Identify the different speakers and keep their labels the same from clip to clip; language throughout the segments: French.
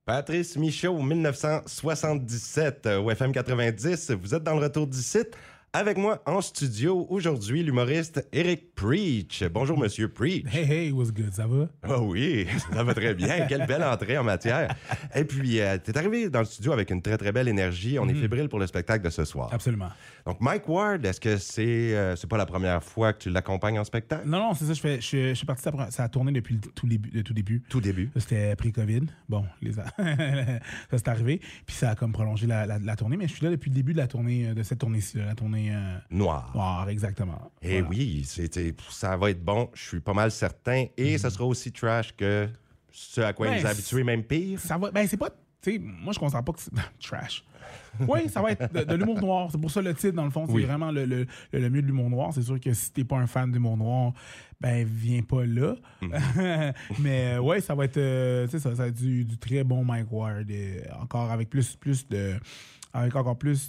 Speaker 1: Patrice Michaud, 1977, au FM 90. Vous êtes dans le retour du site. Avec moi en studio aujourd'hui, l'humoriste Eric Preach. Bonjour, Monsieur Preach.
Speaker 2: Hey, what's good, ça va?
Speaker 1: Ah oui, ça va très bien. Quelle belle entrée en matière. Et puis, t'es arrivé dans le studio avec une très, très belle énergie. On est fébrile pour le spectacle de ce soir.
Speaker 2: Absolument.
Speaker 1: Donc, Mike Ward, est-ce que c'est pas la première fois que tu l'accompagnes en spectacle?
Speaker 2: Non, c'est ça, je suis parti, ça a tourné depuis le tout début.
Speaker 1: Tout début.
Speaker 2: C'était pré-COVID. Bon, ça s'est arrivé. Puis ça a comme prolongé la tournée. Mais je suis là depuis le début de la tournée, de cette tournée-ci, la tournée...
Speaker 1: Noir.
Speaker 2: Noir, exactement.
Speaker 1: Et
Speaker 2: Voilà.
Speaker 1: oui, ça va être bon, je suis pas mal certain. Et ça sera aussi trash que ce à quoi il nous a habitués, même pire.
Speaker 2: Ça va, c'est pas... Tu sais, moi, je considère pas que c'est trash. Oui, ça va être de l'humour noir. C'est pour ça le titre, dans le fond. C'est vraiment le mieux de l'humour noir. C'est sûr que si t'es pas un fan d'humour noir, viens pas là. Mais ouais, ça va être... ça va être du très bon Mike Ward. Encore avec avec encore plus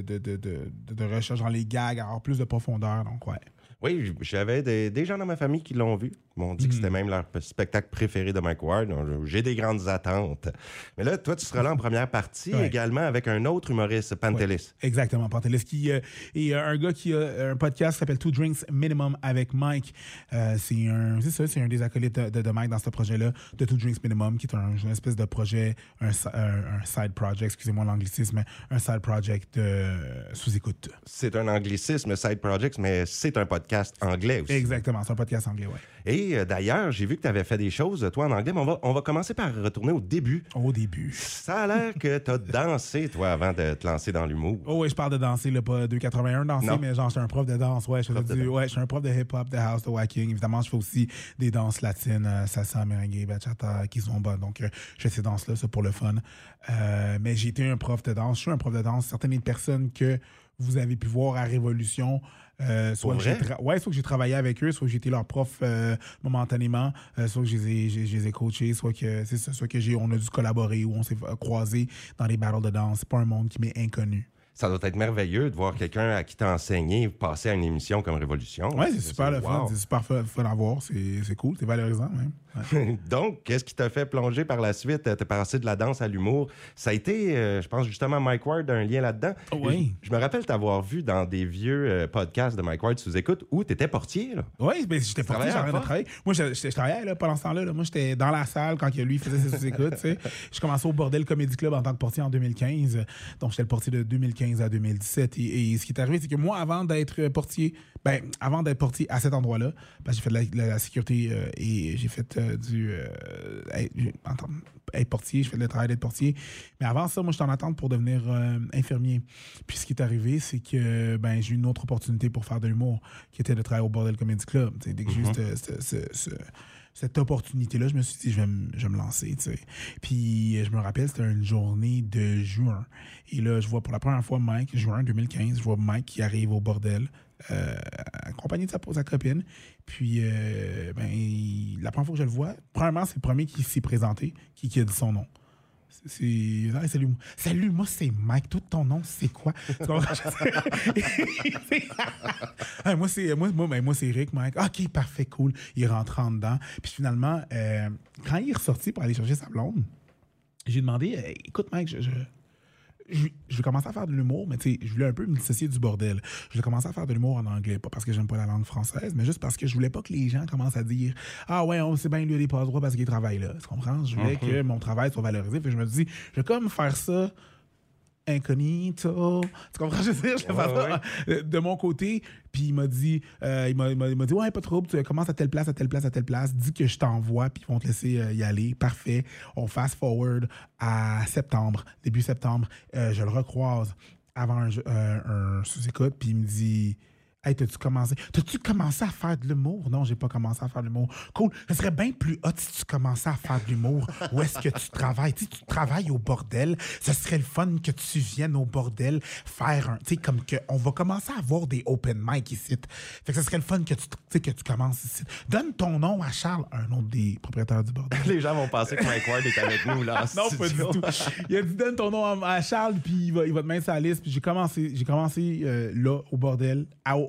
Speaker 2: de recherche dans les gags, encore plus de profondeur. Donc, ouais.
Speaker 1: Oui, j'avais des gens dans ma famille qui l'ont vu. Ils m'ont dit que c'était même leur spectacle préféré de Mike Ward. Donc, j'ai des grandes attentes. Mais là, toi, tu seras là en première partie également avec un autre humoriste, Pantelis.
Speaker 2: Ouais, exactement, Pantelis, qui est un gars qui a un podcast qui s'appelle Two Drinks Minimum avec Mike. C'est un des acolytes de Mike dans ce projet-là, de Two Drinks Minimum, qui est une espèce de projet, un side project, excusez-moi l'anglicisme, un side project sous-écoute.
Speaker 1: C'est un anglicisme, side project, mais c'est un podcast anglais aussi.
Speaker 2: Exactement, c'est un podcast anglais, ouais.
Speaker 1: Et d'ailleurs, j'ai vu que tu avais fait des choses, toi, en anglais, mais on va commencer par retourner au début.
Speaker 2: Au début.
Speaker 1: Ça a l'air que tu as dansé, toi, avant de te lancer dans l'humour.
Speaker 2: Oh oui, je parle de danser, là, pas 2,81 danser, mais genre, je suis un prof de danse. Ouais, je suis un prof de hip-hop, de house, de wacking. Évidemment, je fais aussi des danses latines, salsa, merengue, bachata, kizomba. Donc, je fais ces danses-là, ça, pour le fun. Mais j'ai été un prof de danse. Je suis un prof de danse. Certaines personnes que vous avez pu voir à Révolution, soit que j'ai travaillé avec eux, soit que j'ai été leur prof momentanément, soit que je les ai coachés, soit que on a dû collaborer ou on s'est croisés dans les battles de danse. C'est pas un monde qui m'est inconnu.
Speaker 1: Ça doit être merveilleux de voir quelqu'un à qui t'as enseigné passer à une émission comme Révolution.
Speaker 2: Oui, c'est super le fun. C'est super fun à voir. C'est cool, c'est valorisant même. Ouais.
Speaker 1: Donc, qu'est-ce qui t'a fait plonger par la suite? T'es passé de la danse à l'humour. Ça a été, je pense justement, Mike Ward a un lien là-dedans.
Speaker 2: Oui.
Speaker 1: Je me rappelle t'avoir vu dans des vieux podcasts de Mike Ward sous écoute où t'étais portier. Là.
Speaker 2: Oui, mais j'étais portier, j'ai rien de travailler. Moi, je travaillais là, pendant ce temps-là. Moi, j'étais dans la salle quand lui faisait ses sous-écoutes. Je commençais au Bordel Comedy Club en tant que portier en 2015. Donc, j'étais le portier de 2015 à 2017. Et ce qui est arrivé, c'est que moi, avant d'être portier à cet endroit-là, j'ai fait de la sécurité et j'ai fait être portier, je fais le travail d'être portier. Mais avant ça, moi, j'étais en attente pour devenir infirmier. Puis ce qui est arrivé, c'est que j'ai eu une autre opportunité pour faire de l'humour, qui était de travailler au Bordel Comedy Club. Dès que j'ai eu cette opportunité-là, je me suis dit, je vais me lancer. Puis je me rappelle, c'était une journée de juin. Et là, je vois pour la première fois Mike, juin 2015, je vois Mike qui arrive au Bordel, accompagné de sa copine. Puis, la première fois que je le vois, premièrement, c'est le premier qui s'est présenté, qui a dit son nom. Salut. Salut, moi, c'est Mike. Tout ton nom, c'est quoi? Moi, c'est Eric, Mike. OK, parfait, cool. Il rentre en dedans. Puis finalement, quand il est ressorti pour aller chercher sa blonde, j'ai demandé, écoute, Mike, je vais commencer à faire de l'humour, mais tu sais, je voulais un peu me dissocier du bordel. Je vais commencer à faire de l'humour en anglais, pas parce que j'aime pas la langue française, mais juste parce que je voulais pas que les gens commencent à dire « Ah ouais, on sait bien, lui, il a des passe-droits parce qu'il travaille là. » Tu comprends? Je voulais que mon travail soit valorisé. Puis je me dis, je vais comme faire ça incognito. Tu comprends? Je veux dire, je vais faire ça de mon côté. Puis il m'a dit, ouais, pas trop, tu commences à telle place, à telle place, à telle place. Dis que je t'envoie, puis ils vont te laisser y aller. Parfait. On fast forward à septembre, début septembre. Je le recroise avant un sous-écoute, puis il me dit, hey, t'as-tu commencé à faire de l'humour? Non, j'ai pas commencé à faire de l'humour. Cool. Ce serait bien plus hot si tu commençais à faire de l'humour. Où est-ce que tu travailles? Tu sais, tu travailles au bordel. Ce serait le fun que tu viennes au bordel faire tu sais, comme que on va commencer à avoir des open mic ici. Fait que ce serait le fun que tu commences ici. Donne ton nom à Charles, un autre des propriétaires du bordel.
Speaker 1: Les gens vont penser que Mike Ward est avec nous, là.
Speaker 2: Non, pas du tout. Il a dit, donne ton nom à Charles, puis il va te mettre sur la liste. Puis j'ai commencé là, au bordel,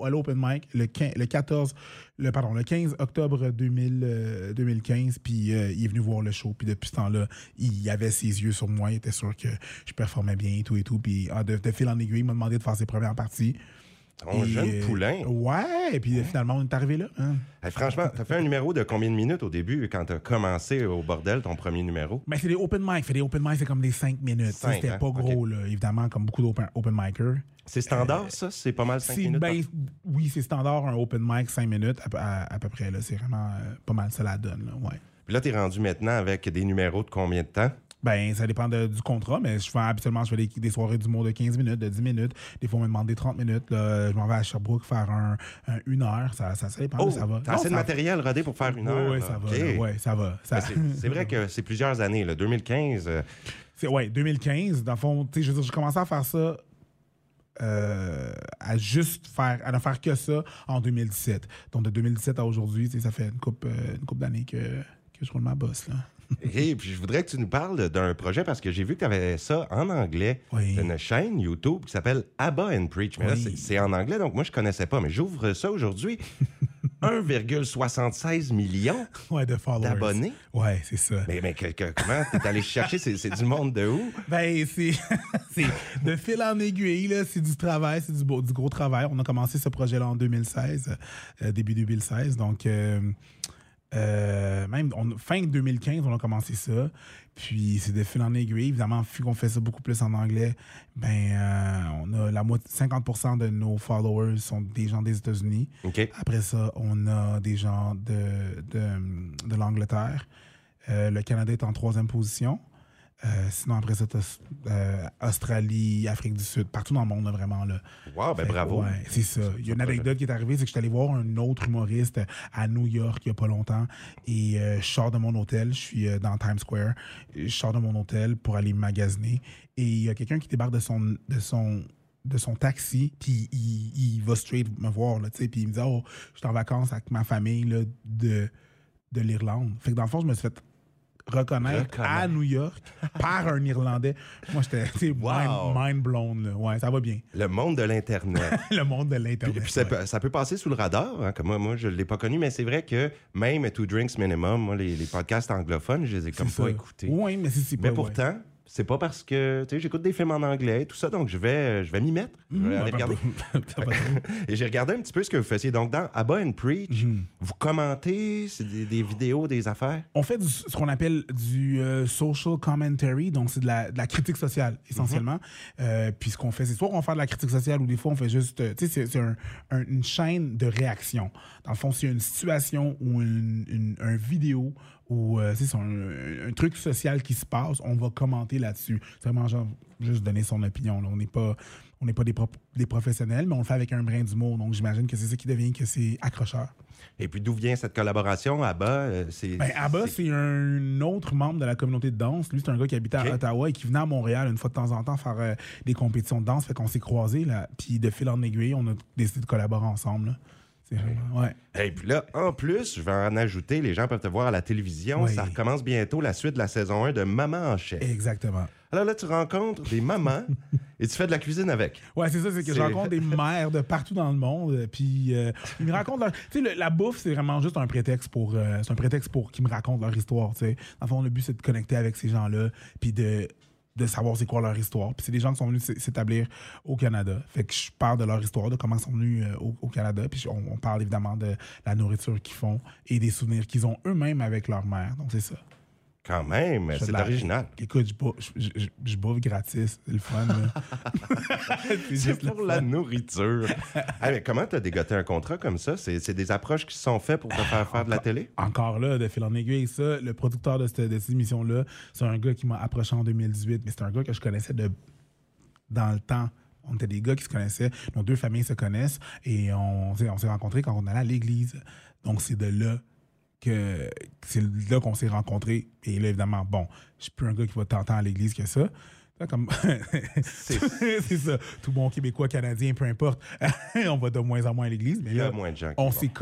Speaker 2: à l'open mic le 15 octobre 2015, puis il est venu voir le show, puis depuis ce temps-là, il avait ses yeux sur moi, il était sûr que je performais bien et tout, puis de fil en aiguille, il m'a demandé de faire ses premières parties.
Speaker 1: Ton jeune poulain.
Speaker 2: Ouais, et puis finalement, on est arrivé là. Hein.
Speaker 1: Hey, franchement, t'as fait un numéro de combien de minutes au début quand t'as commencé au bordel, ton premier numéro?
Speaker 2: Ben, c'est des open mic. Fait des open mic, c'est comme des 5 minutes. C'était pas gros, là, évidemment, comme beaucoup d'open micers.
Speaker 1: C'est standard, ça? C'est pas mal 5 minutes?
Speaker 2: Oui, c'est standard, un open mic, 5 minutes à peu près. Là. C'est vraiment pas mal ça la donne. Là, ouais.
Speaker 1: Puis là, t'es rendu maintenant avec des numéros de combien de temps?
Speaker 2: Ben, ça dépend du contrat, mais habituellement, je fais des soirées d'humour de 15 minutes, de 10 minutes. Des fois, on me demande des 30 minutes. Là, je m'en vais à Sherbrooke faire une heure. Ça dépend,
Speaker 1: oh,
Speaker 2: ça va.
Speaker 1: T'as assez de matériel rodé pour faire une heure?
Speaker 2: Oui, ça va. Ouais, ça va.
Speaker 1: C'est vrai que c'est plusieurs années, là, 2015.
Speaker 2: Oui, 2015. Dans le fond, je veux dire, j'ai commencé à faire ça à ne faire que ça en 2017. Donc, de 2017 à aujourd'hui, ça fait une couple d'années que je roule ma bosse, là.
Speaker 1: Et puis, je voudrais que tu nous parles d'un projet parce que j'ai vu que tu avais ça en anglais.
Speaker 2: Oui.
Speaker 1: C'est une chaîne YouTube qui s'appelle Abba and Preach. Mais là, c'est en anglais, donc moi, je connaissais pas. Mais j'ouvre ça aujourd'hui. 1,76 million
Speaker 2: de followers.
Speaker 1: D'abonnés.
Speaker 2: Ouais, c'est ça.
Speaker 1: Mais comment t'es allé chercher? C'est du monde de où?
Speaker 2: Ben, c'est de fil en aiguille, là. C'est du travail, c'est du gros travail. On a commencé ce projet-là en 2016, début 2016. Donc, fin 2015, on a commencé ça. Puis c'est de fil en aiguille. Évidemment, vu qu'on fait ça beaucoup plus en anglais, on a 50% de nos followers sont des gens des États-Unis.
Speaker 1: Okay.
Speaker 2: Après ça, on a des gens de l'Angleterre. Le Canada est en 3e position. Sinon, après ça, Australie, Afrique du Sud, partout dans le monde, là, vraiment. Là.
Speaker 1: Wow, bravo.
Speaker 2: Ouais, c'est ça. Il y a une anecdote qui est arrivée, c'est que je suis allé voir un autre humoriste à New York il n'y a pas longtemps. Et je sors de mon hôtel, je suis dans Times Square. Je sors de mon hôtel pour aller magasiner. Et il y a quelqu'un qui débarque de son taxi, puis il va straight me voir, là, puis il me dit « Oh, je suis en vacances avec ma famille là, de l'Irlande. » Fait que dans le fond, je me suis fait reconnaître à New York par un Irlandais. Moi, j'étais mind blown. Là. Ouais, ça va bien.
Speaker 1: Le monde de l'Internet.
Speaker 2: Le monde de l'Internet.
Speaker 1: Puis ça peut passer sous le radar. Hein, comme moi, je ne l'ai pas connu, mais c'est vrai que même Two Drinks Minimum, moi, les podcasts anglophones, je les ai comme pas écoutés.
Speaker 2: Oui, mais c'est pas...
Speaker 1: Mais pourtant... Ouais. C'est pas parce que j'écoute des films en anglais, tout ça, donc je vais m'y mettre. Je vais aller regarder. Et j'ai regardé un petit peu ce que vous faisiez. Donc, dans Abba and Preach, vous commentez, c'est des vidéos, des affaires?
Speaker 2: On fait ce qu'on appelle du social commentary, donc c'est de la critique sociale, essentiellement. Puis ce qu'on fait, c'est soit qu'on fait de la critique sociale ou des fois, on fait juste... c'est une chaîne de réaction. Dans le fond, s'il y a une situation ou un vidéo ou c'est un truc social qui se passe, on va commenter là-dessus. C'est vraiment genre juste donner son opinion. Là. On n'est pas des professionnels, mais on le fait avec un brin d'humour. Donc j'imagine que c'est ça qui devient que c'est accrocheur.
Speaker 1: Et puis d'où vient cette collaboration? Abba,
Speaker 2: Abba, c'est un autre membre de la communauté de danse. Lui, c'est un gars qui habitait à Ottawa et qui venait à Montréal une fois de temps en temps faire des compétitions de danse. Fait qu'on s'est croisés, là. Puis de fil en aiguille, on a décidé de collaborer ensemble, là. Ouais.
Speaker 1: Et puis là, en plus, je vais en ajouter, les gens peuvent te voir à la télévision. Oui. Ça recommence bientôt la suite de la saison 1 de Maman en chef.
Speaker 2: Exactement.
Speaker 1: Alors là, tu rencontres des mamans et tu fais de la cuisine avec.
Speaker 2: Ouais, c'est ça, c'est que je rencontre des mères de partout dans le monde. Puis ils me racontent leur... Tu sais, la bouffe, c'est vraiment juste un prétexte pour qu'ils me racontent leur histoire. Tu sais, dans le fond, le but, c'est de connecter avec ces gens-là, puis de savoir c'est quoi leur histoire. Puis c'est des gens qui sont venus s'établir au Canada. Fait que je parle de leur histoire, de comment ils sont venus au Canada. Puis on parle évidemment de la nourriture qu'ils font et des souvenirs qu'ils ont eux-mêmes avec leur mère. Donc c'est ça.
Speaker 1: Quand même, c'est original.
Speaker 2: Écoute, je bouffe gratis, c'est le fun.
Speaker 1: C'est pour la nourriture. Mais comment tu as dégoté un contrat comme ça? C'est des approches qui sont faites pour te faire de la télé?
Speaker 2: Encore là, de fil en aiguille, ça, le producteur de cette émission-là, c'est un gars qui m'a approché en 2018, mais c'est un gars que je connaissais dans le temps. On était des gars qui se connaissaient, nos deux familles se connaissent, et on s'est rencontrés quand on allait à l'église. Donc c'est là qu'on s'est rencontrés. Et là, évidemment, je suis plus un gars qui va tant à l'église que ça. Comme... c'est ça. Tout bon Québécois, Canadien, peu importe. On va de moins en moins à l'église. Mais
Speaker 1: il y a
Speaker 2: là,
Speaker 1: moins de gens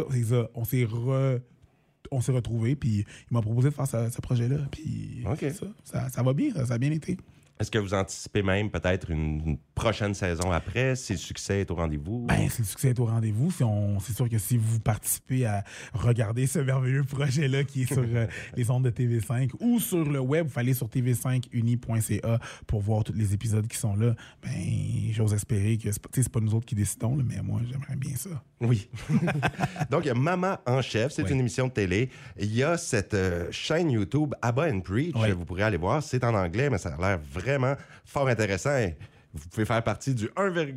Speaker 2: on s'est retrouvés, puis il m'a proposé de faire ce projet-là. Puis ça va bien, ça a bien été.
Speaker 1: Est-ce que vous anticipez même peut-être une prochaine saison après, si le succès est au rendez-vous?
Speaker 2: Ben, si le succès est au rendez-vous, c'est sûr que si vous participez à regarder ce merveilleux projet-là qui est sur les ondes de TV5 ou sur le web, vous allez sur tv5uni.ca pour voir tous les épisodes qui sont là. Ben, j'ose espérer que c'est pas nous autres qui décidons, là, mais moi, j'aimerais bien ça.
Speaker 1: Oui. Donc, il y a Maman en chef, c'est une émission de télé. Il y a cette chaîne YouTube, Abba and Preach. Vous pourrez aller voir, c'est en anglais, mais ça a l'air vraiment fort intéressant. Et vous pouvez faire partie du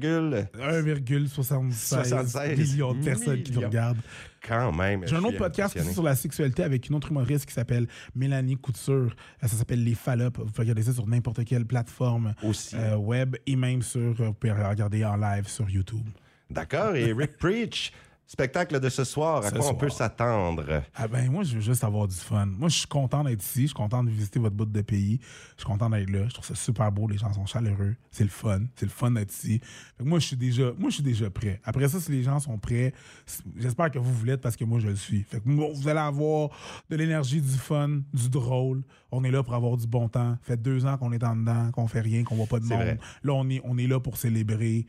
Speaker 2: 1,76 millions de personnes qui nous regardent.
Speaker 1: Quand même.
Speaker 2: J'ai un autre podcast aussi sur la sexualité avec une autre humoriste qui s'appelle Mélanie Couture. Ça s'appelle Les Fallops. Vous pouvez regarder ça sur n'importe quelle plateforme web et même vous pouvez regarder en live sur YouTube.
Speaker 1: D'accord. Et Rick Preach, spectacle de ce soir, à quoi on peut s'attendre?
Speaker 2: Ah ben moi, je veux juste avoir du fun. Moi, je suis content d'être ici. Je suis content de visiter votre bout de pays. Je suis content d'être là. Je trouve ça super beau. Les gens sont chaleureux. C'est le fun. C'est le fun d'être ici. Fait que moi, je suis déjà prêt. Après ça, si les gens sont prêts, j'espère que vous l'êtes parce que moi, je le suis. Fait que vous allez avoir de l'énergie, du fun, du drôle. On est là pour avoir du bon temps. Ça fait 2 ans qu'on est en dedans, qu'on fait rien, qu'on voit pas de monde. Vrai. Là, on est là pour célébrer,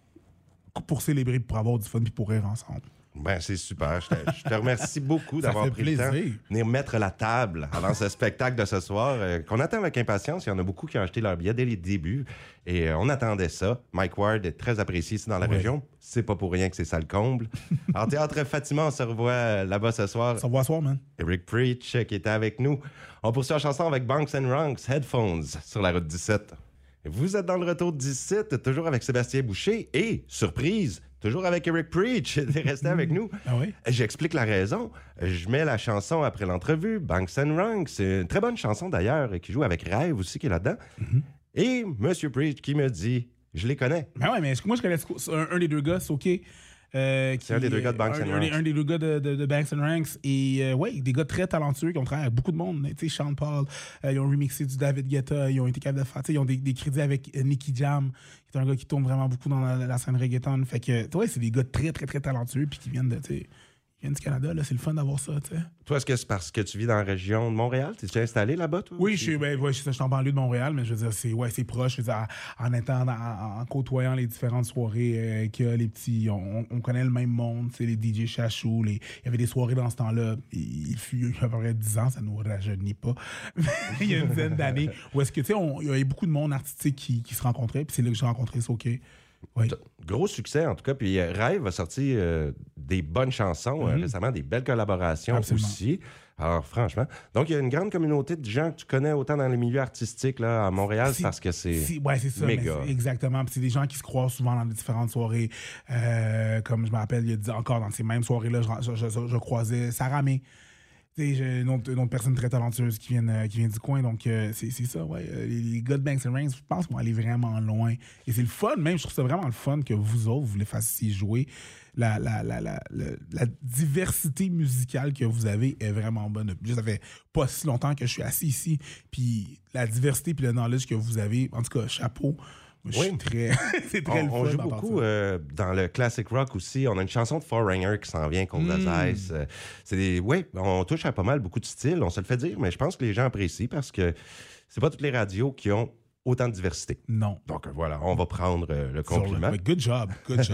Speaker 2: pour avoir du fun et pour rire ensemble.
Speaker 1: Ben, c'est super. Je te remercie beaucoup d'avoir pris le temps de venir mettre la table avant ce spectacle de ce soir, qu'on attend avec impatience. Il y en a beaucoup qui ont acheté leur billet dès les débuts et on attendait ça. Mike Ward est très apprécié ici dans la région. C'est pas pour rien que c'est ça le comble. En théâtre Fatima, on se revoit là-bas ce soir.
Speaker 2: On se revoit ce soir, man.
Speaker 1: Rick Preach qui était avec nous. On poursuit la chanson avec Banks and Ranks, Headphones, sur la route 17. Vous êtes dans le retour 17, toujours avec Sébastien Boucher et, surprise, toujours avec Eric Preach. Restez avec nous.
Speaker 2: Ah oui?
Speaker 1: J'explique la raison. Je mets la chanson après l'entrevue, Banks and Ranks. C'est une très bonne chanson d'ailleurs, qui joue avec Rêve aussi, qui est là-dedans. Et M. Preach qui me dit, je les connais.
Speaker 2: Ben ouais, mais moi je connais un des deux gars, c'est OK.
Speaker 1: C'est un des deux gars de Banks and Ranks.
Speaker 2: Un des deux gars de Banks and Ranks. Et des gars très talentueux qui ont travaillé avec beaucoup de monde. Tu sais, Sean Paul, ils ont remixé du David Guetta, ils ont été capables de faire. Ils ont des crédits avec Nicky Jam, qui est un gars qui tourne vraiment beaucoup dans la scène reggaeton. Fait que, c'est des gars très, très, très talentueux puis qui viennent du Canada. Là, c'est le fun d'avoir ça, tu sais.
Speaker 1: Toi, est-ce que c'est parce que tu vis dans la région de Montréal? T'es-tu installé là-bas, toi?
Speaker 2: Oui, je suis en banlieue de Montréal, mais je veux dire, c'est proche. Je veux dire, en côtoyant les différentes soirées qu'il y a, les petits, on connaît le même monde, c'est les DJ Chachou, il y avait des soirées dans ce temps-là, il fut à peu près 10 ans, ça nous rajeunit pas, il y a une dizaine d'années, où est-ce que, tu sais, il y a beaucoup de monde artistique qui se rencontrait, puis c'est là que j'ai rencontré OK. Oui.
Speaker 1: Gros succès, en tout cas. Puis Rêve a sorti des bonnes chansons récemment, des belles collaborations aussi. Alors, franchement. Donc, il y a une grande communauté de gens que tu connais autant dans les milieux artistiques là, à Montréal parce que c'est
Speaker 2: ça,
Speaker 1: méga.
Speaker 2: Exactement. Puis c'est des gens qui se croisent souvent dans les différentes soirées. Comme je me rappelle, il y a encore dans ces mêmes soirées-là, je croisais Sarah May. J'ai une autre personne très talentueuse qui vient du coin, donc c'est ça, ouais. Les gars de Banks and Ranks, je pense qu'on va aller vraiment loin. Et c'est le fun, même, je trouve ça vraiment le fun que vous autres, vous les fassiez jouer. La diversité musicale que vous avez est vraiment bonne. Ça fait pas si longtemps que je suis assis ici, puis la diversité puis le knowledge que vous avez, en tout cas, chapeau. C'est très le fun.
Speaker 1: On joue beaucoup dans le classic rock aussi. On a une chanson de Foreigner qui s'en vient, Cold as Ice. On touche à pas mal, beaucoup de styles, on se le fait dire, mais je pense que les gens apprécient parce que c'est pas toutes les radios qui ont autant de diversité.
Speaker 2: Non.
Speaker 1: Donc voilà, on va prendre le compliment.
Speaker 2: Good job.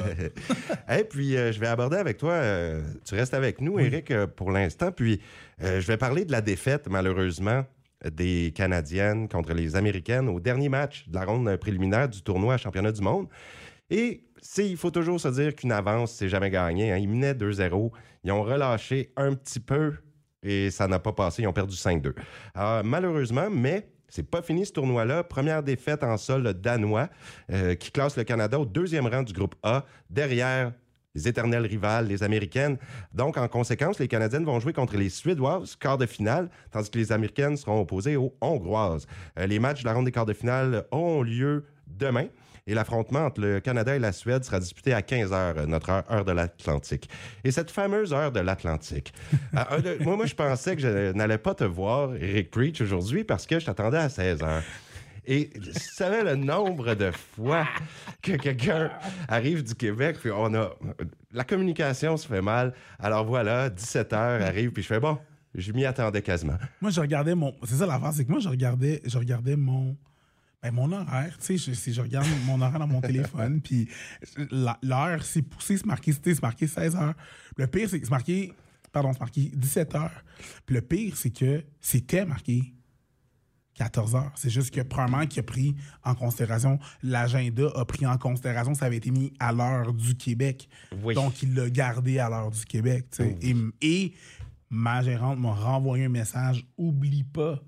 Speaker 1: Et puis, je vais aborder avec toi, tu restes avec nous, Éric, pour l'instant, puis je vais parler de la défaite, malheureusement, des Canadiennes contre les Américaines au dernier match de la ronde préliminaire du tournoi championnat du monde. Et il faut toujours se dire qu'une avance, c'est jamais gagné. Ils menaient 2-0. Ils ont relâché un petit peu et ça n'a pas passé. Ils ont perdu 5-2. Alors, malheureusement, mais c'est pas fini ce tournoi-là. Première défaite en sol danois qui classe le Canada au 2e rang du groupe A, derrière les éternelles rivales, les Américaines. Donc, en conséquence, les Canadiennes vont jouer contre les Suédoises, quart de finale, tandis que les Américaines seront opposées aux Hongroises. Les matchs de la ronde des quarts de finale auront lieu demain. Et l'affrontement entre le Canada et la Suède sera disputé à 15h, notre heure de l'Atlantique. Et cette fameuse heure de l'Atlantique. Moi, je pensais que je n'allais pas te voir, Eric Preach, aujourd'hui, parce que je t'attendais à 16h. Et tu savais le nombre de fois que quelqu'un arrive du Québec, puis la communication se fait mal. Alors voilà, 17h arrive, puis je fais bon, je m'y attendais quasiment.
Speaker 2: Moi, je regardais c'est ça l'affaire, c'est que moi, je regardais Ben, mon horaire, tu sais, si je regarde mon horaire dans mon téléphone, puis l'heure, c'est poussé, c'est marqué 16 heures. Le pire, c'est que c'est marqué 17 heures. Puis le pire, c'est que c'était marqué 14 heures. C'est juste que, probablement, qui a pris en considération, l'agenda a pris en considération, ça avait été mis à l'heure du Québec.
Speaker 1: Oui.
Speaker 2: Donc, il l'a gardé à l'heure du Québec, tu sais. Et ma gérante m'a renvoyé un message, oublie pas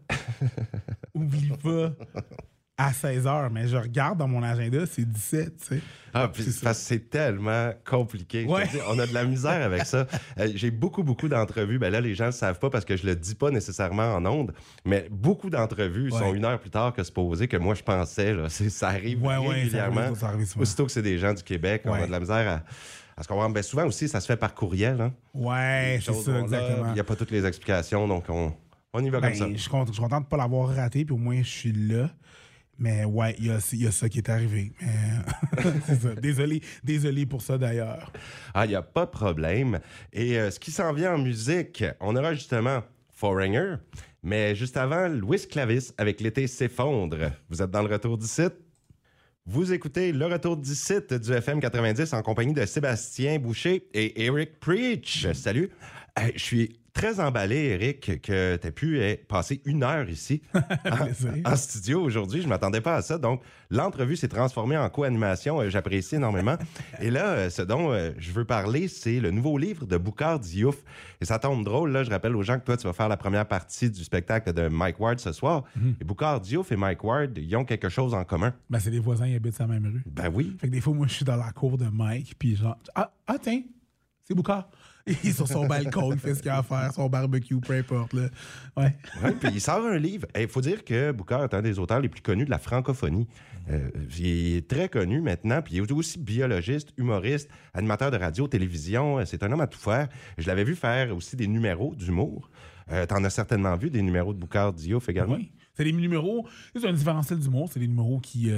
Speaker 2: à 16 heures, mais je regarde dans mon agenda, c'est 17, tu sais.
Speaker 1: Ah, puis c'est tellement compliqué.
Speaker 2: Ouais.
Speaker 1: Je te dis, on a de la misère avec ça. J'ai beaucoup d'entrevues. Ben là, les gens ne le savent pas parce que je le dis pas nécessairement en ondes, mais beaucoup d'entrevues sont 1 heure plus tard que supposé, que moi je pensais. Là. Ça arrive régulièrement.
Speaker 2: Ça arrive souvent.
Speaker 1: Aussitôt que c'est des gens du Québec, on a de la misère à se comprendre. Ben souvent aussi, ça se fait par courriel. Hein.
Speaker 2: Ouais, c'est ça, exactement.
Speaker 1: Il n'y a pas toutes les explications, donc on y va comme ça.
Speaker 2: Je suis content de ne pas l'avoir raté, puis au moins je suis là. Mais ouais, il y a ça qui est arrivé. C'est ça. Désolé pour ça d'ailleurs.
Speaker 1: Ah, il n'y a pas de problème. Et ce qui s'en vient en musique, on aura justement Foreigner, mais juste avant, Louis Clavis avec L'été s'effondre. Vous êtes dans le retour du site? Vous écoutez le retour du site du FM 90 en compagnie de Sébastien Boucher et Eric Preach. Salut. Je suis très emballé, Eric, que tu aies pu passer 1 heure ici en studio aujourd'hui. Je ne m'attendais pas à ça. Donc, l'entrevue s'est transformée en co-animation. J'apprécie énormément. Et là, ce dont je veux parler, c'est le nouveau livre de Boucard Diouf. Et ça tombe drôle. Là, je rappelle aux gens que toi, tu vas faire la première partie du spectacle de Mike Ward ce soir. Et Boucard Diouf et Mike Ward, ils ont quelque chose en commun.
Speaker 2: Ben, c'est des voisins, ils habitent sur la même rue.
Speaker 1: Ben oui.
Speaker 2: Fait que des fois, moi, je suis dans la cour de Mike, puis genre, ah tiens, c'est Boucard. Il est sur son balcon, il fait ce qu'il a à faire, son barbecue, peu importe. Là. Ouais.
Speaker 1: Puis il sort un livre. Il faut dire que Boucard est un des auteurs les plus connus de la francophonie. Il est très connu maintenant, puis il est aussi biologiste, humoriste, animateur de radio, télévision. C'est un homme à tout faire. Je l'avais vu faire aussi des numéros d'humour. T'en as certainement vu des numéros de Boucard Diouf également? Oui.
Speaker 2: C'est des numéros, c'est un différentiel d'humour, c'est des numéros qui...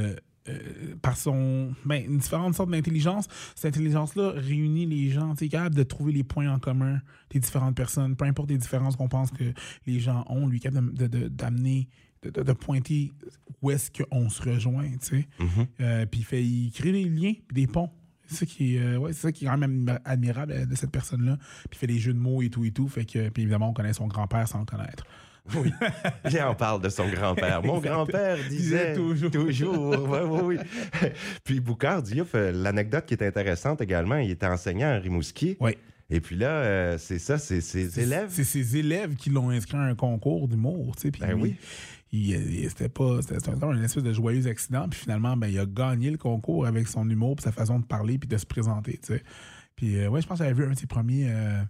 Speaker 2: par une différente sorte d'intelligence, cette intelligence-là réunit les gens, tu es capable de trouver les points en commun des différentes personnes, peu importe les différences qu'on pense que les gens ont, lui est capable d'amener, de pointer où est-ce qu'on se rejoint, tu sais. Puis il crée des liens, puis des ponts. C'est ça qui est quand même admirable de cette personne-là. Puis il fait des jeux de mots et tout, fait que, puis évidemment, on connaît son grand-père sans le connaître.
Speaker 1: Oui, viens, on parle de son grand-père. Mon grand-père disait toujours. Oui. Puis Boucard Diouf, l'anecdote qui est intéressante également, il était enseignant à Rimouski.
Speaker 2: Oui.
Speaker 1: Et puis là, c'est ses élèves.
Speaker 2: C'est ses élèves qui l'ont inscrit à un concours d'humour, tu sais. Puis
Speaker 1: oui.
Speaker 2: C'était un espèce de joyeux accident. Puis finalement, il a gagné le concours avec son humour, puis sa façon de parler, puis de se présenter, tu sais. Puis je pense que j'avais vu un de ses premiers...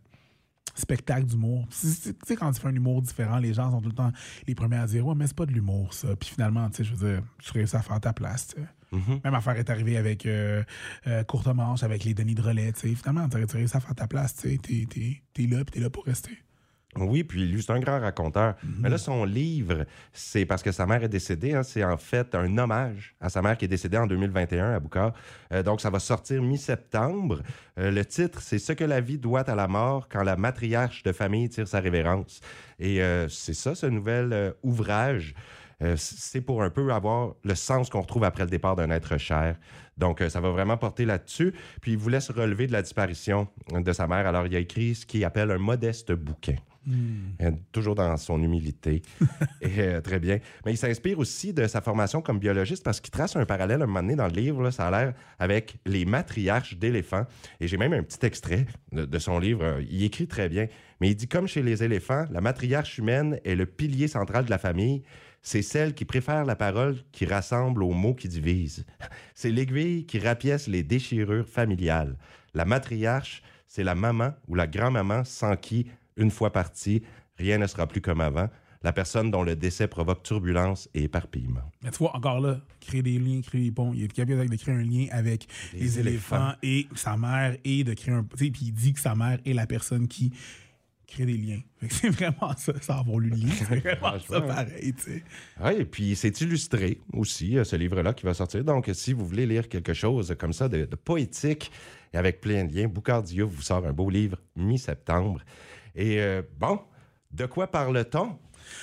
Speaker 2: spectacle d'humour. Tu sais, quand tu fais un humour différent, les gens sont tout le temps les premiers à dire « Ouais, mais c'est pas de l'humour, ça. » Puis finalement, tu sais, je veux dire, tu réussis à faire ta place, tu sais. Même affaire est arrivée avec Courte Manche, avec les Denis de Relais, tu sais. Finalement, tu réussi à faire ta place, tu sais. T'es là, puis t'es là pour rester.
Speaker 1: Oui, puis lui, c'est un grand raconteur. Mais là, son livre, c'est parce que sa mère est décédée. Hein, c'est en fait un hommage à sa mère qui est décédée en 2021 à Boucard. Donc, ça va sortir mi-septembre. Le titre, c'est « Ce que la vie doit à la mort quand la matriarche de famille tire sa révérence ». Et c'est ça, ce nouvel ouvrage. C'est pour un peu avoir le sens qu'on retrouve après le départ d'un être cher. Donc, ça va vraiment porter là-dessus. Puis, il voulait se relever de la disparition de sa mère. Alors, il a écrit ce qu'il appelle un modeste bouquin. Toujours dans son humilité. Et, très bien. Mais il s'inspire aussi de sa formation comme biologiste parce qu'il trace un parallèle un moment donné dans le livre, là, ça a l'air, avec les matriarches d'éléphants. Et j'ai même un petit extrait de son livre. Il écrit très bien. Mais il dit, comme chez les éléphants, la matriarche humaine est le pilier central de la famille. C'est celle qui préfère la parole qui rassemble aux mots qui divisent. C'est l'aiguille qui rapièce les déchirures familiales. La matriarche, c'est la maman ou la grand-maman sans qui, une fois partie, rien ne sera plus comme avant. La personne dont le décès provoque turbulence et éparpillement.
Speaker 2: Mais tu vois, encore là, créer des liens, créer des ponts. Il est capable de créer un lien avec les éléphants et sa mère et de créer un... Tu sais, puis il dit que sa mère est la personne qui crée des liens. C'est vraiment ça avoir lu le livre. C'est vraiment ça pareil, tu sais.
Speaker 1: Oui, et puis c'est illustré aussi, ce livre-là qui va sortir. Donc, si vous voulez lire quelque chose comme ça de poétique et avec plein de liens, Boucard Diouf vous sort un beau livre mi-septembre. Et bon, de quoi parle-t-on?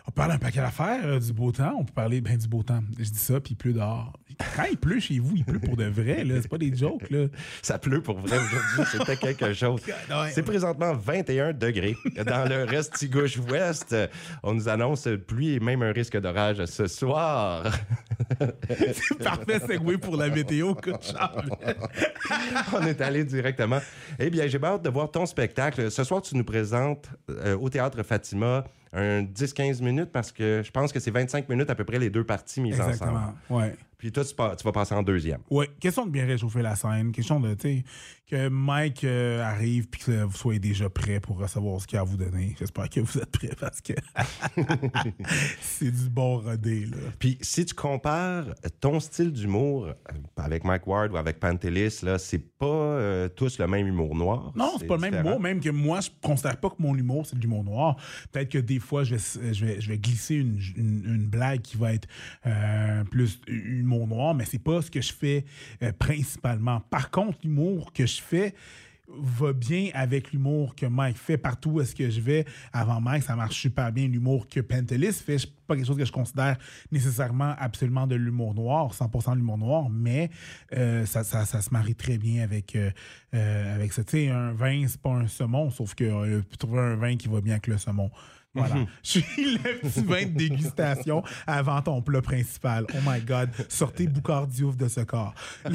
Speaker 2: On parle un paquet d'affaires, du beau temps. On peut parler du beau temps. Je dis ça, puis il pleut dehors. Quand il pleut chez vous, il pleut pour de vrai. Là. C'est pas des jokes. Là.
Speaker 1: Ça pleut pour vrai aujourd'hui. C'était quelque chose. C'est présentement 21 degrés. Dans le Restigouche-Ouest, on nous annonce pluie et même un risque d'orage ce soir.
Speaker 2: C'est parfait segway pour la météo.
Speaker 1: On est allé directement. Eh bien, j'ai hâte de voir ton spectacle. Ce soir, tu nous présentes au Théâtre Fatima un 10-15 minutes parce que je pense que c'est 25 minutes à peu près les deux parties mises ensemble.
Speaker 2: Exactement, ouais.
Speaker 1: Puis toi, tu vas passer en deuxième.
Speaker 2: Oui, question de bien réchauffer la scène. Question de, tu sais, que Mike arrive puis que vous soyez déjà prêt pour recevoir ce qu'il a à vous donner. J'espère que vous êtes prêts parce que c'est du bon rodé, là.
Speaker 1: Puis si tu compares ton style d'humour avec Mike Ward ou avec Pantelis, là, c'est pas tous le même humour noir.
Speaker 2: Non, c'est pas le même humour. Même que moi, je considère pas que mon humour, c'est de l'humour noir. Peut-être que des fois, je vais glisser une blague qui va être plus humour noir, mais c'est pas ce que je fais principalement. Par contre, l'humour que je fais va bien avec l'humour que Mike fait partout où est-ce que je vais. Avant Mike, ça marche super bien. L'humour que Pantelis fait, c'est pas quelque chose que je considère nécessairement absolument de l'humour noir, 100% de l'humour noir, mais ça se marie très bien avec ça. Tu sais, un vin, c'est pas un saumon, sauf que peut trouver un vin qui va bien avec le saumon. Voilà. Je suis le petit vin de dégustation avant ton plat principal. Oh my God. Sortez Boucard Diouf de ce corps.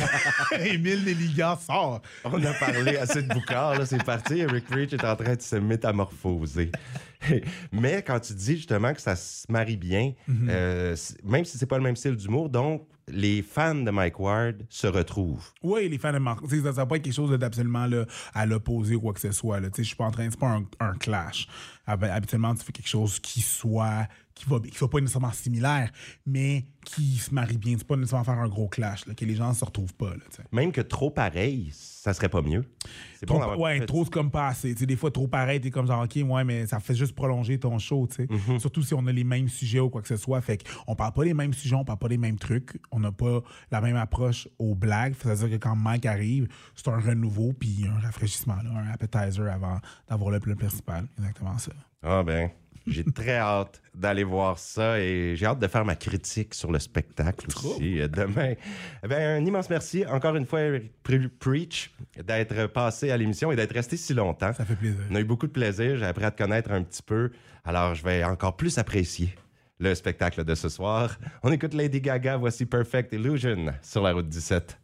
Speaker 2: Émile Nelligan sort.
Speaker 1: On a parlé assez de Boucard, là, c'est parti. Eric Preach est en train de se métamorphoser. Mais quand tu dis justement que ça se marie bien, même si c'est pas le même style d'humour, donc les fans de Mike Ward se retrouvent.
Speaker 2: Oui, les fans de Mike Ward. Ça va pas être quelque chose d'absolument là, à l'opposé ou quoi que ce soit. Je suis pas en train... C'est pas un clash. Habituellement, tu fais quelque chose qui soit pas nécessairement similaire, mais qui se marie bien. C'est pas nécessairement faire un gros clash, là, que les gens ne se retrouvent pas. Là,
Speaker 1: même que trop pareil, ça serait pas mieux.
Speaker 2: C'est trop, bon trop, c'est comme pas assez. T'sais, des fois, trop pareil, t'es comme genre, OK, ouais, mais ça fait juste prolonger ton show. Surtout si on a les mêmes sujets ou quoi que ce soit. Fait qu'on parle pas les mêmes sujets, on parle pas les mêmes trucs. On n'a pas la même approche aux blagues. C'est-à-dire que quand Mike arrive, c'est un renouveau puis un rafraîchissement, là, un appetizer avant d'avoir le plat principal. Exactement ça.
Speaker 1: Ah ben... J'ai très hâte d'aller voir ça et j'ai hâte de faire ma critique sur le spectacle aussi demain. Eh bien, un immense merci encore une fois, Eric Preach, d'être passé à l'émission et d'être resté si longtemps.
Speaker 2: Ça fait plaisir.
Speaker 1: On a eu beaucoup de plaisir. J'ai appris à te connaître un petit peu. Alors, je vais encore plus apprécier le spectacle de ce soir. On écoute Lady Gaga. Voici Perfect Illusion sur la route 17.